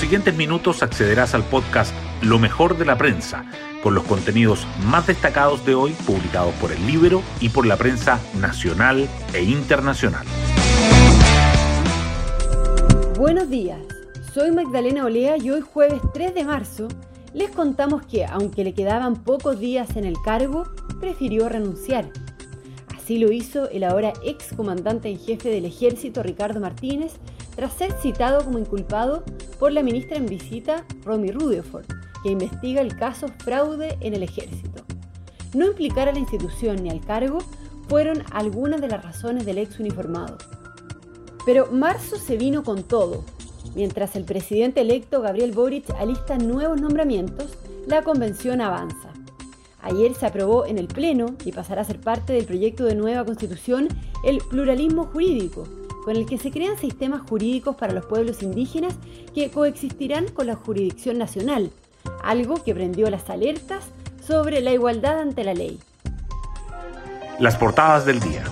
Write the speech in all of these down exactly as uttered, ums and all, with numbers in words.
siguientes minutos accederás al podcast Lo mejor de la prensa, con los contenidos más destacados de hoy publicados por El Líbero y por la prensa nacional e internacional. Buenos días, soy Magdalena Olea y hoy jueves tres de marzo les contamos que, aunque le quedaban pocos días en el cargo, prefirió renunciar. Así lo hizo el ahora ex comandante en jefe del Ejército, Ricardo Martínez, tras ser citado como inculpado por la ministra en visita, Romy Rutherford, que investiga el caso fraude en el Ejército. No implicar a la institución ni al cargo fueron algunas de las razones del ex uniformado. Pero marzo se vino con todo. Mientras el presidente electo Gabriel Boric alista nuevos nombramientos, la convención avanza. Ayer se aprobó en el Pleno, y pasará a ser parte del proyecto de nueva Constitución, el pluralismo jurídico, con el que se crean sistemas jurídicos para los pueblos indígenas que coexistirán con la jurisdicción nacional, algo que prendió las alertas sobre la igualdad ante la ley. Las portadas del día.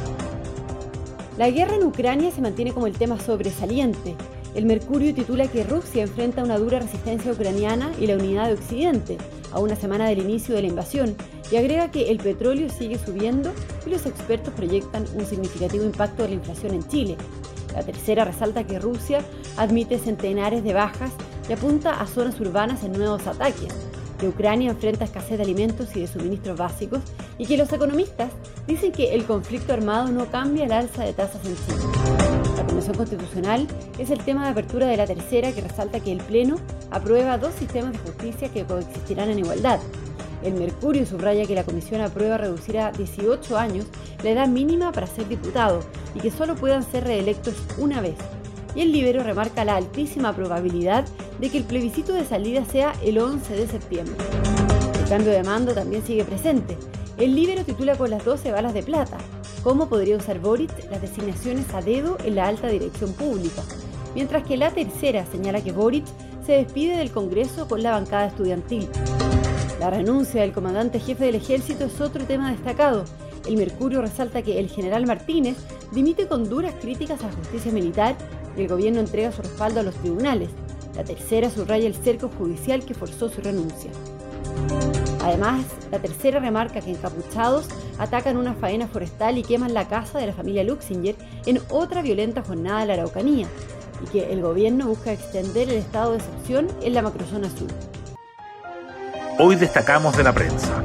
La guerra en Ucrania se mantiene como el tema sobresaliente. El Mercurio titula que Rusia enfrenta una dura resistencia ucraniana y la unidad de Occidente, a una semana del inicio de la invasión, y agrega que el petróleo sigue subiendo y los expertos proyectan un significativo impacto de la inflación en Chile. La tercera resalta que Rusia admite centenares de bajas y apunta a zonas urbanas en nuevos ataques, que Ucrania enfrenta escasez de alimentos y de suministros básicos y que los economistas dicen que el conflicto armado no cambia el alza de tasas en Chile. La Convención Constitucional es el tema de apertura de la tercera, que resalta que el Pleno aprueba dos sistemas de justicia que coexistirán en igualdad. El Mercurio subraya que la Comisión aprueba reducir a dieciocho años la edad mínima para ser diputado y que solo puedan ser reelectos una vez. Y el Líbero remarca la altísima probabilidad de que el plebiscito de salida sea el once de septiembre. El cambio de mando también sigue presente. El Líbero titula con las doce balas de plata: ¿cómo podría usar Boric las designaciones a dedo en la alta dirección pública? Mientras que la tercera señala que Boric se despide del Congreso con la bancada estudiantil. La renuncia del comandante jefe del Ejército es otro tema destacado. El Mercurio resalta que el general Martínez dimite con duras críticas a la justicia militar y el gobierno entrega su respaldo a los tribunales. La tercera subraya el cerco judicial que forzó su renuncia. Además, la tercera remarca que encapuchados atacan una faena forestal y queman la casa de la familia Luxinger en otra violenta jornada de la Araucanía, y que el gobierno busca extender el estado de excepción en la macrozona sur. Hoy destacamos de la prensa.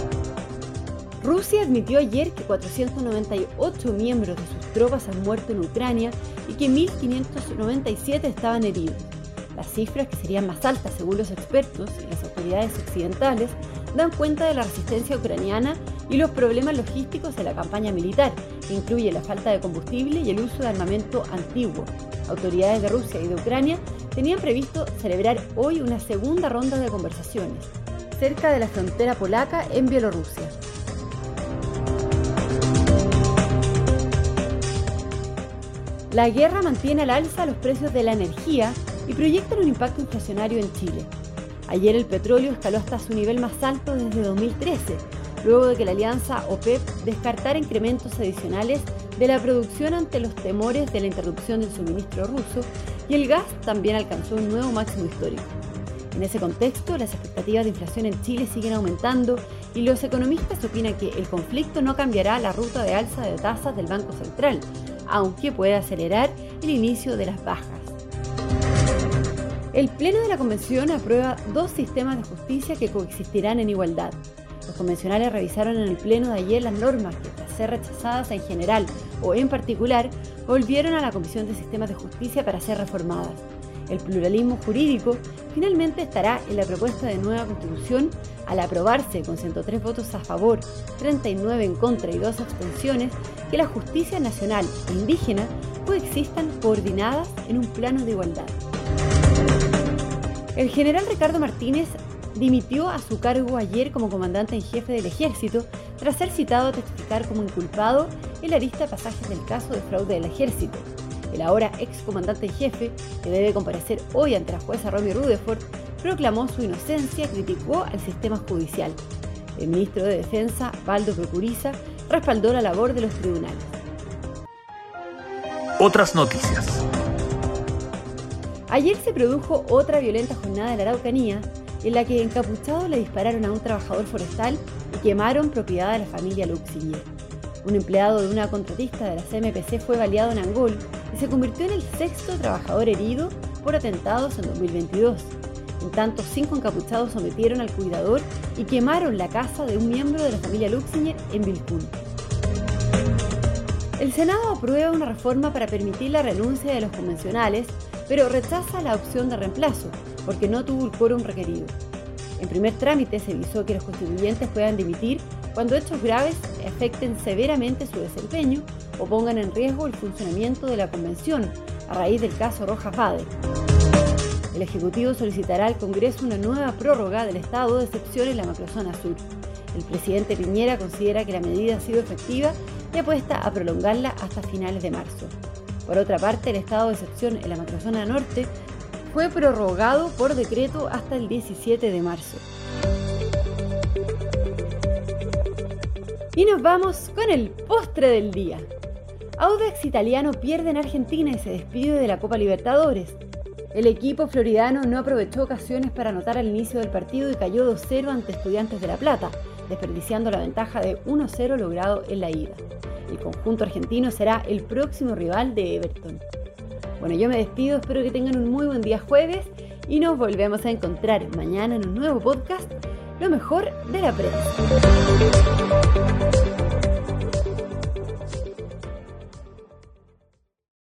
Rusia admitió ayer que cuatrocientos noventa y ocho miembros de sus tropas han muerto en Ucrania y que mil quinientos noventa y siete estaban heridos. Las cifras, que serían más altas según los expertos y las autoridades occidentales, dan cuenta de la resistencia ucraniana y los problemas logísticos de la campaña militar, que incluye la falta de combustible y el uso de armamento antiguo. Autoridades de Rusia y de Ucrania tenían previsto celebrar hoy una segunda ronda de conversaciones, cerca de la frontera polaca en Bielorrusia. La guerra mantiene al alza los precios de la energía y proyectan un impacto inflacionario en Chile. Ayer el petróleo escaló hasta su nivel más alto desde dos mil trece, luego de que la alianza OPEP descartara incrementos adicionales de la producción ante los temores de la interrupción del suministro ruso, y el gas también alcanzó un nuevo máximo histórico. En ese contexto, las expectativas de inflación en Chile siguen aumentando y los economistas opinan que el conflicto no cambiará la ruta de alza de tasas del Banco Central, aunque puede acelerar el inicio de las bajas. El Pleno de la Convención aprueba dos sistemas de justicia que coexistirán en igualdad. Los convencionales revisaron en el Pleno de ayer las normas que, tras ser rechazadas en general o en particular, volvieron a la Comisión de Sistemas de Justicia para ser reformadas. El pluralismo jurídico finalmente estará en la propuesta de nueva Constitución al aprobarse con ciento tres votos a favor, treinta y nueve en contra y dos abstenciones, que la justicia nacional e indígena coexistan coordinadas en un plano de igualdad. El general Ricardo Martínez dimitió a su cargo ayer como comandante en jefe del Ejército tras ser citado a testificar como inculpado en la lista de pasajes del caso de fraude del Ejército. El ahora ex comandante en jefe, que debe comparecer hoy ante la jueza Romy Rutherford, proclamó su inocencia y criticó al sistema judicial. El ministro de Defensa, Baldo Procuriza, respaldó la labor de los tribunales. Otras noticias. Ayer se produjo otra violenta jornada en la Araucanía, en la que encapuchados le dispararon a un trabajador forestal y quemaron propiedad de la familia Luxinger. Un empleado de una contratista de la C M P C fue baleado en Angol y se convirtió en el sexto trabajador herido por atentados en dos mil veintidós. En tanto, cinco encapuchados sometieron al cuidador y quemaron la casa de un miembro de la familia Luxinger en Vilcún. El Senado aprueba una reforma para permitir la renuncia de los convencionales, pero rechaza la opción de reemplazo, porque no tuvo el quórum requerido. En primer trámite se visó que los constituyentes puedan dimitir cuando hechos graves afecten severamente su desempeño o pongan en riesgo el funcionamiento de la convención, a raíz del caso Rojas Vade. El Ejecutivo solicitará al Congreso una nueva prórroga del estado de excepción en la macrozona sur. El presidente Piñera considera que la medida ha sido efectiva y apuesta a prolongarla hasta finales de marzo. Por otra parte, el estado de excepción en la macrozona norte fue prorrogado por decreto hasta el diecisiete de marzo. Y nos vamos con el postre del día. Audax Italiano pierde en Argentina y se despide de la Copa Libertadores. El equipo floridano no aprovechó ocasiones para anotar al inicio del partido y cayó dos cero ante Estudiantes de La Plata, desperdiciando la ventaja de uno cero logrado en la ida. El conjunto argentino será el próximo rival de Everton. Bueno, yo me despido, espero que tengan un muy buen día jueves y nos volvemos a encontrar mañana en un nuevo podcast, Lo mejor de la prensa.